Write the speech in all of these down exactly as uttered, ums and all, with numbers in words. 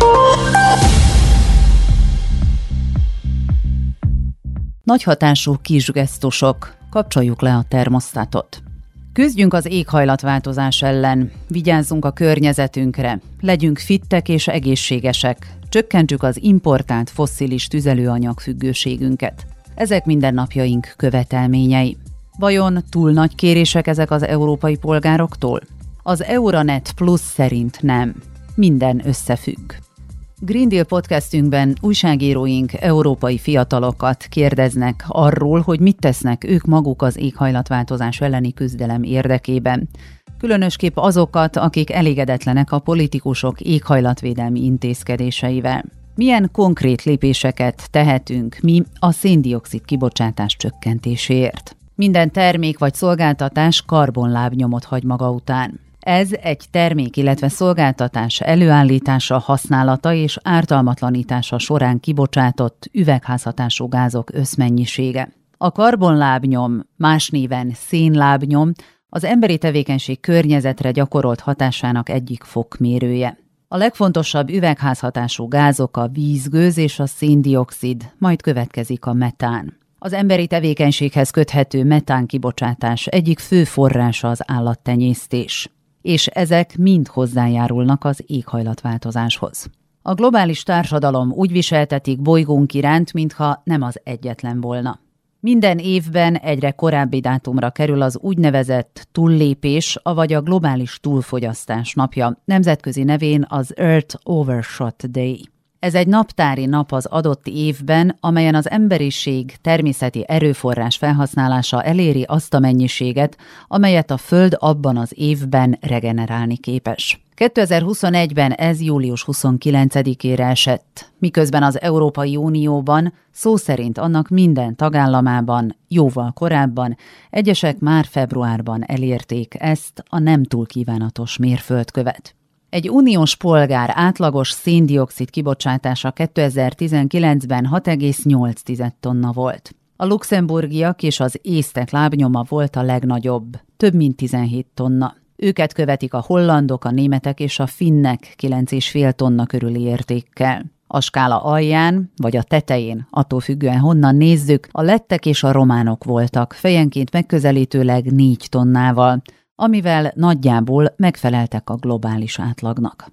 Nagy hatású kis gesztusok. Kapcsoljuk le a termosztátot. Küzdjünk az éghajlatváltozás ellen, vigyázzunk a környezetünkre, legyünk fittek és egészségesek, csökkentsük az importált fosszilis tüzelőanyag függőségünket. Ezek mindennapjaink követelményei. Vajon túl nagy kérések ezek az európai polgároktól? Az Euronet Plus szerint nem. Minden összefügg. Green Deal podcastünkben újságíróink európai fiatalokat kérdeznek arról, hogy mit tesznek ők maguk az éghajlatváltozás elleni küzdelem érdekében. Különösképp azokat, akik elégedetlenek a politikusok éghajlatvédelmi intézkedéseivel. Milyen konkrét lépéseket tehetünk mi a szén-dioxid kibocsátás csökkentéséért? Minden termék vagy szolgáltatás karbonlábnyomot hagy maga után. Ez egy termék, illetve szolgáltatás előállítása, használata és ártalmatlanítása során kibocsátott üvegházhatású gázok összmennyisége. A karbonlábnyom, más néven szénlábnyom, az emberi tevékenység környezetre gyakorolt hatásának egyik fokmérője. A legfontosabb üvegházhatású gázok a vízgőz és a szén-dioxid, majd következik a metán. Az emberi tevékenységhez köthető metán kibocsátás egyik fő forrása az állattenyésztés, és ezek mind hozzájárulnak az éghajlatváltozáshoz. A globális társadalom úgy viseltetik bolygónk iránt, mintha nem az egyetlen volna. Minden évben egyre korábbi dátumra kerül az úgynevezett túllépés, avagy a globális túlfogyasztás napja, nemzetközi nevén az Earth Overshot Day. Ez egy naptári nap az adott évben, amelyen az emberiség természeti erőforrás felhasználása eléri azt a mennyiséget, amelyet a Föld abban az évben regenerálni képes. kétezer-huszonegyben ez július huszonkilencedikére esett, miközben az Európai Unióban, szó szerint annak minden tagállamában, jóval korábban, egyesek már februárban elérték ezt a nem túl kívánatos mérföldkövet. Egy uniós polgár átlagos szén-dioxid kibocsátása kétezer-tizenkilencben hat egész nyolc tonna volt. A luxemburgiak és az észtek lábnyoma volt a legnagyobb, több mint tizenhét tonna. Őket követik a hollandok, a németek és a finnek kilenc egész öt tonna körüli értékkel. A skála alján, vagy a tetején, attól függően honnan nézzük, a lettek és a románok voltak, fejenként megközelítőleg négy tonnával, amivel nagyjából megfeleltek a globális átlagnak.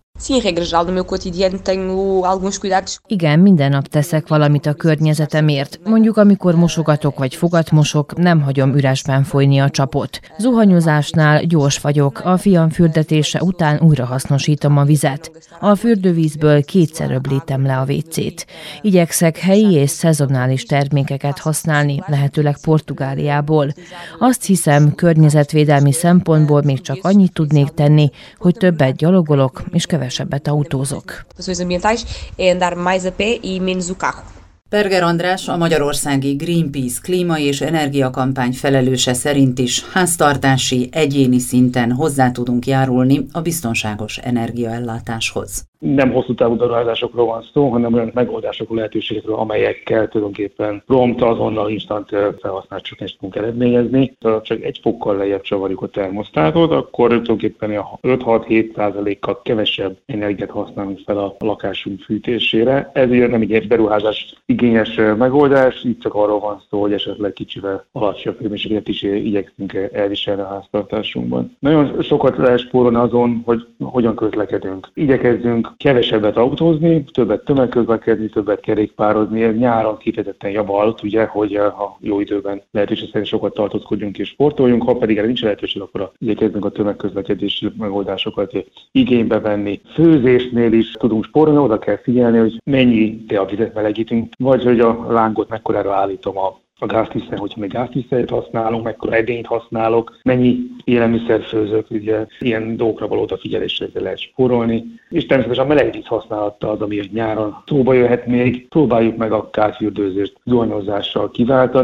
Igen, minden nap teszek valamit a környezetemért. Mondjuk, amikor mosogatok vagy fogat mosok, nem hagyom üresben folyni a csapot. Zuhanyozásnál gyors vagyok, a fiam fürdetése után újra hasznosítom a vizet. A fürdővízből kétszer öblítem le a vécét. Igyekszek helyi és szezonális termékeket használni, lehetőleg Portugáliából. Azt hiszem, környezetvédelmi szempontból még csak annyit tudnék tenni, hogy többet gyalogolok és kevesebbet kevesebbet autózok. Berger András, a magyarországi Greenpeace klíma- és energiakampány felelőse szerint is háztartási, egyéni szinten hozzá tudunk járulni a biztonságos energiaellátáshoz. Nem hosszú távú beruházásokról van szó, hanem olyan megoldásokról, lehetőségekről, amelyekkel tulajdonképpen prompt, azonnal instant felhasználást csökkentést tudunk eredményezni. Ha csak egy fokkal lejjebb csavarjuk a termosztátot, akkor tulajdonképpen öt-hat-hét százalékkal kevesebb energiát használunk fel a lakásunk fűtésére. Ezért nem egy beruházás igényes megoldás, itt csak arról van szó, hogy esetleg kicsivel alacsonyabb hőmérsékletet is igyekszünk elviselni a háztartásunkban. Nagyon sokat lehet spórolni azon, hogy hogyan közlekedünk. Igyekezzünk kevesebbet autózni, többet tömegközlekedni, többet kerékpározni. Ez nyáron kifejezetten javalt, ugye, hogy ha jó időben lehetőség szerint sokat tartózkodjunk és sportoljunk, ha pedig erre nincs lehetőség, akkor igyekezzünk a tömegközlekedési megoldásokat igénybe venni. Főzésnél is tudunk spórolni, oda kell figyelni, hogy mennyi teavizet melegítünk, vagy hogy a lángot mekkorára állítom a a gáztisztán, hogyha még gáztisztát használunk, mekkora edényt használok, mennyi élelmiszer főzök, ugye ilyen dolgokra való odafigyelésre lehet spórolni. És természetesen a melegvíz használata az, ami nyáron szóba jöhet még. Próbáljuk meg a kárfürdőzést zuhanyozással kiváltani.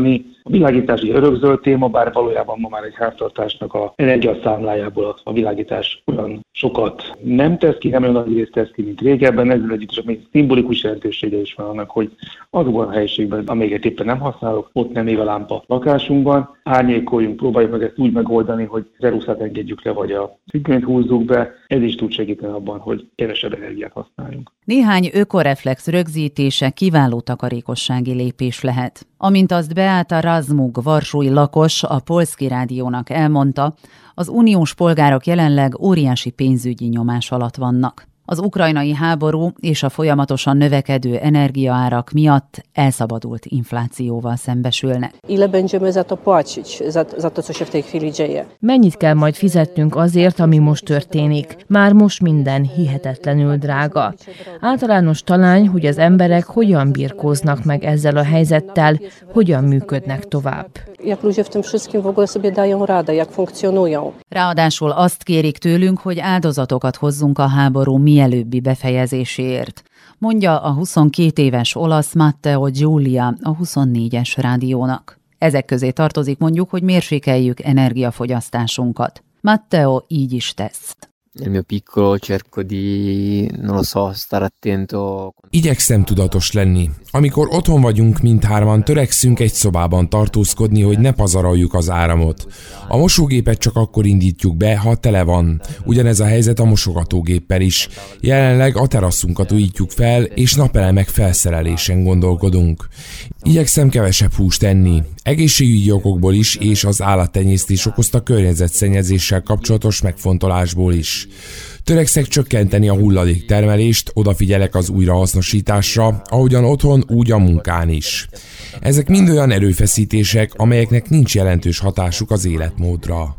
A világítás egy örökzöld téma, bár valójában ma már egy háztartásnak a energiaszámlájából a világítás olyan sokat nem tesz ki, nem olyan nagy részt tesz ki, mint régebben. Ezzel együtt csak még szimbolikus jelentősége is van annak, hogy azokban a helyiségben, amelyeket éppen nem használok, ott nem ég a lámpa lakásunkban, árnyékoljunk, próbáljuk meg ezt úgy megoldani, hogy zeruszát engedjük le, vagy a függönyt húzzuk be. Ez is tud segíteni abban, hogy kevesebb energiát használjunk. Néhány ökoreflex rögzítése kiváló takarékossági lépés lehet. Amint azt Beata Razmuk, varsói lakos a Polski Rádiónak elmondta, az uniós polgárok jelenleg óriási pénzügyi nyomás alatt vannak. Az ukrajnai háború és a folyamatosan növekedő energiaárak miatt elszabadult inflációval szembesülnek. Mennyit kell majd fizetnünk azért, ami most történik? Már most minden hihetetlenül drága. Általános talán, hogy az emberek hogyan birkóznak meg ezzel a helyzettel, hogyan működnek tovább. Ráadásul azt kérik tőlünk, hogy áldozatokat hozzunk a háború mielőbbi befejezéséért, mondja a huszonkét éves olasz Matteo Giulia a huszonnégyes rádiónak. Ezek közé tartozik mondjuk, hogy mérsékeljük energiafogyasztásunkat. Matteo így is tesz. Nel mio piccolo cerco di, non lo so, stare attento. Igyekszem tudatos lenni. Amikor otthon vagyunk mindhárman, törekszünk egy szobában tartózkodni, hogy ne pazaroljuk az áramot. A mosógépet csak akkor indítjuk be, ha tele van. Ugyanez a helyzet a mosogatógéppel is. Jelenleg a teraszunkat újítjuk fel, és napelemek felszerelésen gondolkodunk. Igyekszem kevesebb húst enni. Egészségügyi okokból is, és az állattenyésztés okozta környezetszennyezéssel kapcsolatos megfontolásból is. Törekszek csökkenteni a hulladéktermelést, odafigyelek az újrahasznosításra, ahogyan otthon, úgy a munkán is. Ezek mind olyan erőfeszítések, amelyeknek nincs jelentős hatásuk az életmódra.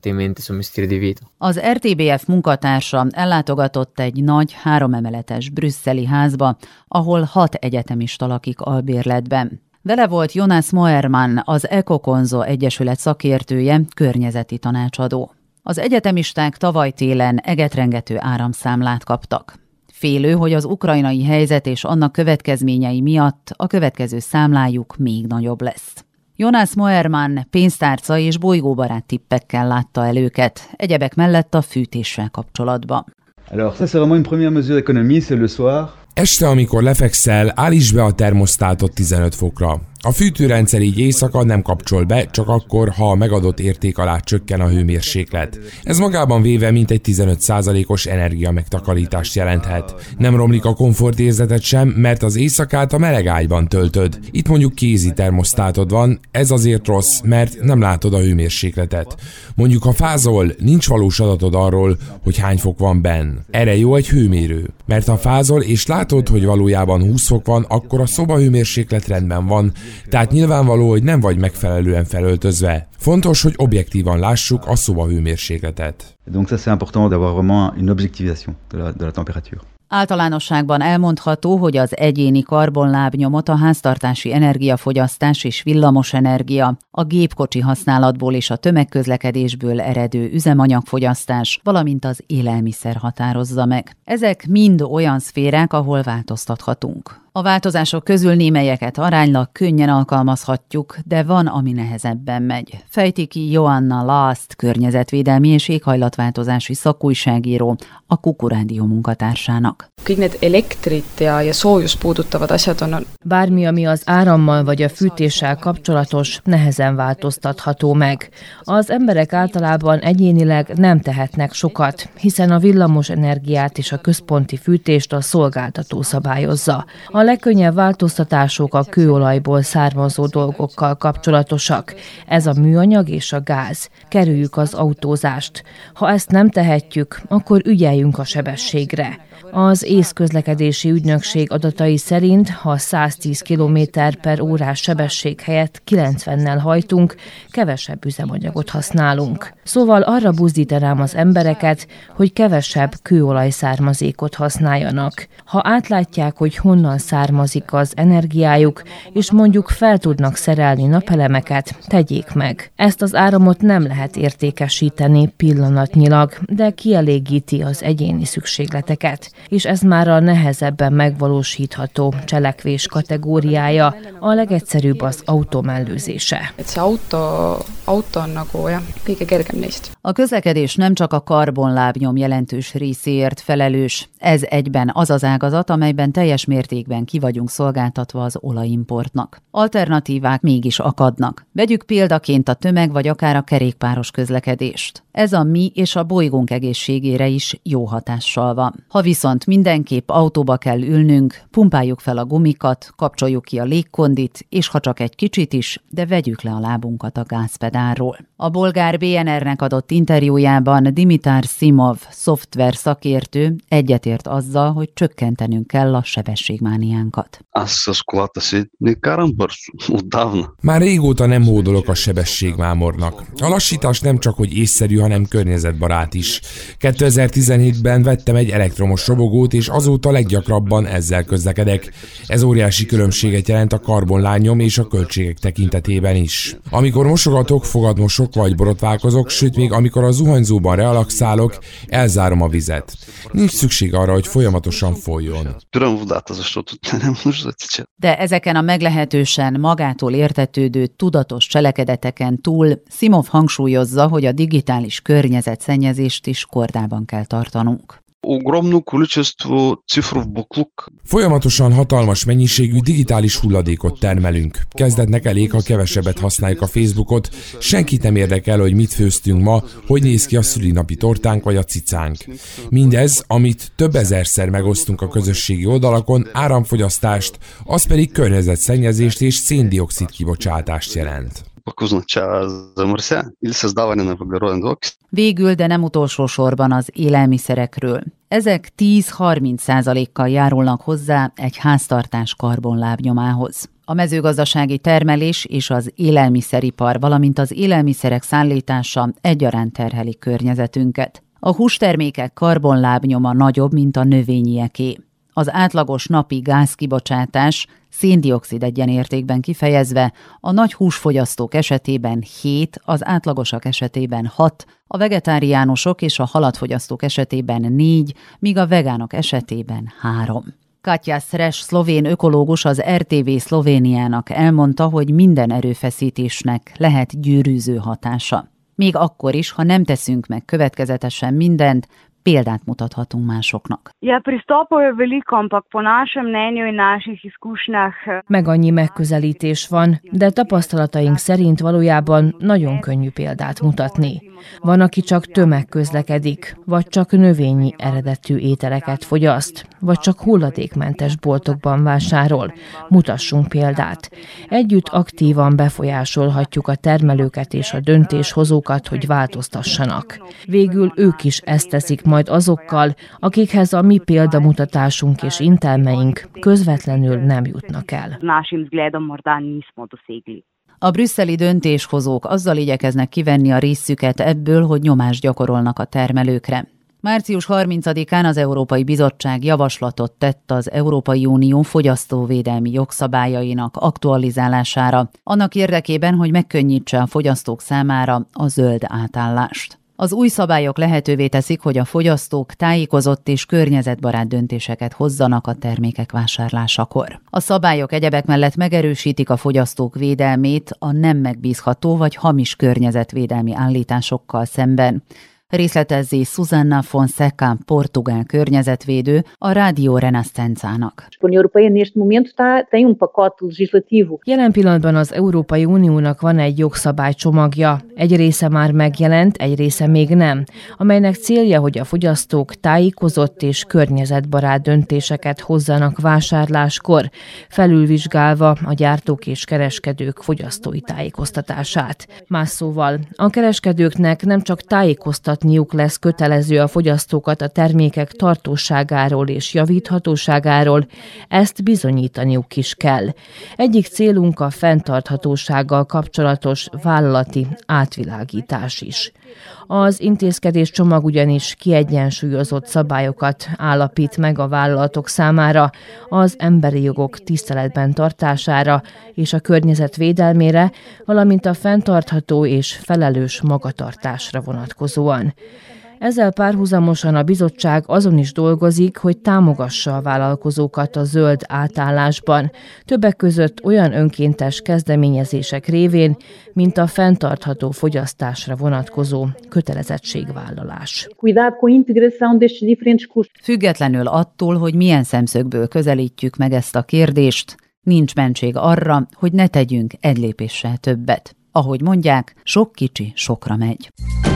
Az er té bé ef munkatársa ellátogatott egy nagy, háromemeletes brüsszeli házba, ahol hat egyetemista lakik albérletben. Vele volt Jonas Moerman, az Ecokonzo Egyesület szakértője, környezeti tanácsadó. Az egyetemisták tavaly télen egetrengető áramszámlát kaptak. Félő, hogy az ukrajnai helyzet és annak következményei miatt a következő számlájuk még nagyobb lesz. Jonas Moerman pénztárca és bolygóbarát tippekkel látta el őket, egyebek mellett a fűtéssel kapcsolatban. Alors ça c'est vraiment une première mesure d'économie, c'est le soir. Este, amikor lefekszel, állítsd be a termosztátot tizenöt fokra. A fűtőrendszer így éjszaka nem kapcsol be, csak akkor, ha a megadott érték alá csökken a hőmérséklet. Ez magában véve mintegy tizenöt százalékos energia megtakarítást jelenthet. Nem romlik a komfortérzetet sem, mert az éjszakát a meleg ágyban töltöd. Itt mondjuk kézi termosztátod van, ez azért rossz, mert nem látod a hőmérsékletet. Mondjuk, ha fázol, nincs valós adatod arról, hogy hány fok van benn. Erre jó egy hőmérő, mert ha fázol és látod, hogy valójában húsz fok van, akkor a szoba hőmérséklet rendben van, tehát nyilvánvaló, hogy nem vagy megfelelően felöltözve. Fontos, hogy objektívan lássuk a szoba hőmérsékletet. Donc ça c'est important d'avoir vraiment une objectivation de la, de la température. Általánosságban elmondható, hogy az egyéni karbonlábnyomot a háztartási energiafogyasztás és villamosenergia, a gépkocsi használatból és a tömegközlekedésből eredő üzemanyagfogyasztás, valamint az élelmiszer határozza meg. Ezek mind olyan szférák, ahol változtathatunk. A változások közül némelyeket aránylag könnyen alkalmazhatjuk, de van, ami nehezebben megy. Fejti ki Joanna Last, környezetvédelmi és éghajlatváltozási szakújságíró, a Kuku Rádió munkatársának. Bármi, ami az árammal vagy a fűtéssel kapcsolatos, nehezen változtatható meg. Az emberek általában egyénileg nem tehetnek sokat, hiszen a villamos energiát és a központi fűtést a szolgáltató szabályozza. A legkönnyebb változtatások a kőolajból származó dolgokkal kapcsolatosak. Ez a műanyag és a gáz. Kerüljük az autózást. Ha ezt nem tehetjük, akkor ügyeljünk a sebességre. Az észközlekedési ügynökség adatai szerint, ha száztíz kilométer per órás sebesség helyett kilencvennel hajtunk, kevesebb üzemanyagot használunk. Szóval arra buzdítanám az embereket, hogy kevesebb kőolajszármazékot használjanak. Ha átlátják, hogy honnan származik az energiájuk, és mondjuk fel tudnak szerelni napelemeket, tegyék meg. Ezt az áramot nem lehet értékesíteni pillanatnyilag, de kielégíti az egyéni szükségleteket. és ez már a nehezebben megvalósítható cselekvés kategóriája, a legegyszerűbb az autó mellőzése. A közlekedés nem csak a karbonlábnyom jelentős részéért felelős, ez egyben az az ágazat, amelyben teljes mértékben ki vagyunk szolgáltatva az olajimportnak. Alternatívák mégis akadnak. Vegyük példaként a tömeg vagy akár a kerékpáros közlekedést. Ez a mi és a bolygónk egészségére is jó hatással van. Ha viszont mindenképp autóba kell ülnünk, pumpáljuk fel a gumikat, kapcsoljuk ki a légkondit, és ha csak egy kicsit is, de vegyük le a lábunkat a gázpedálról. A bolgár bé en er-nek adott interjújában Dimitar Simov, szoftver szakértő egyetért azzal, hogy csökkentenünk kell a sebességmániánkat. Már régóta nem hódolok a sebességmámornak. A lassítás nem csak hogy észszerű, hanem környezetbarát is. kétezer-tizenhétben vettem egy elektromos robogót, és azóta leggyakrabban ezzel közlekedek. Ez óriási különbséget jelent a karbonlábnyom és a költségek tekintetében is. Amikor mosogatok, fogadmosok vagy borotválkozok, sőt még amikor a zuhanyzóban relaxálok, elzárom a vizet. Nincs szükség arra, hogy folyamatosan folyjon. De ezeken a meglehetősen magától értetődő tudatos cselekedeteken túl Simov hangsúlyozza, hogy a digitális környezetszennyezést is kordában kell tartanunk. Folyamatosan hatalmas mennyiségű digitális hulladékot termelünk. Kezdetnek elég, ha kevesebbet használjuk a Facebookot, senkit nem érdekel, hogy mit főztünk ma, hogy néz ki a szülinapi tortánk vagy a cicánk. Mindez, amit több ezerszer megosztunk a közösségi oldalakon, áramfogyasztást, az pedig környezetszennyezést és széndioxid kibocsátást jelent. Végül, de nem utolsó sorban az élelmiszerekről. Ezek tíz-harminc százalékkal járulnak hozzá egy háztartás karbonlábnyomához. A mezőgazdasági termelés és az élelmiszeripar, valamint az élelmiszerek szállítása egyaránt terheli környezetünket. A hústermékek karbonlábnyoma nagyobb, mint a növényieké. Az átlagos napi gázkibocsátás széndioxid egyenértékben kifejezve a nagy húsfogyasztók esetében hét, az átlagosak esetében hat, a vegetáriánusok és a halatfogyasztók esetében négy, míg a vegánok esetében három. Katja Sres, szlovén ökológus az er té vé Szlovéniának elmondta, hogy minden erőfeszítésnek lehet gyűrűző hatása. Még akkor is, ha nem teszünk meg következetesen mindent, példát mutathatunk másoknak. Meg annyi megközelítés van, de tapasztalataink szerint valójában nagyon könnyű példát mutatni. Van, aki csak tömegközlekedik, vagy csak növényi eredetű ételeket fogyaszt, vagy csak hulladékmentes boltokban vásárol. Mutassunk példát. Együtt aktívan befolyásolhatjuk a termelőket és a döntéshozókat, hogy változtassanak. Végül ők is ezt teszik majd azokkal, akikhez a mi példamutatásunk és intelmeink közvetlenül nem jutnak el. A brüsszeli döntéshozók azzal igyekeznek kivenni a részüket ebből, hogy nyomást gyakorolnak a termelőkre. március harmincadikán az Európai Bizottság javaslatot tett az Európai Unió fogyasztóvédelmi jogszabályainak aktualizálására, annak érdekében, hogy megkönnyítse a fogyasztók számára a zöld átállást. Az új szabályok lehetővé teszik, hogy a fogyasztók tájékozott és környezetbarát döntéseket hozzanak a termékek vásárlásakor. A szabályok egyebek mellett megerősítik a fogyasztók védelmét a nem megbízható vagy hamis környezetvédelmi állításokkal szemben. Részletezi Susana Fonseca, portugál környezetvédő, a Rádió Renascenzának. Jelen pillanatban az Európai Uniónak van egy jogszabálycsomagja. Egy része már megjelent, egy része még nem, amelynek célja, hogy a fogyasztók tájékozott és környezetbarát döntéseket hozzanak vásárláskor, felülvizsgálva a gyártók és kereskedők fogyasztói tájékoztatását. Más szóval, a kereskedőknek nem csak tájékoztatniuk lesz kötelező a fogyasztókat a termékek tartóságáról és javíthatóságáról, ezt bizonyítaniuk is kell. Egyik célunk a fenntarthatósággal kapcsolatos vállalati átvilágítás is. Az intézkedés csomag ugyanis kiegyensúlyozott szabályokat állapít meg a vállalatok számára, az emberi jogok tiszteletben tartására és a környezet védelmére, valamint a fenntartható és felelős magatartásra vonatkozóan. Ezzel párhuzamosan a bizottság azon is dolgozik, hogy támogassa a vállalkozókat a zöld átállásban, többek között olyan önkéntes kezdeményezések révén, mint a fenntartható fogyasztásra vonatkozó kötelezettségvállalás. Függetlenül attól, hogy milyen szemszögből közelítjük meg ezt a kérdést, nincs mentség arra, hogy ne tegyünk egy lépéssel többet. Ahogy mondják, sok kicsi sokra megy.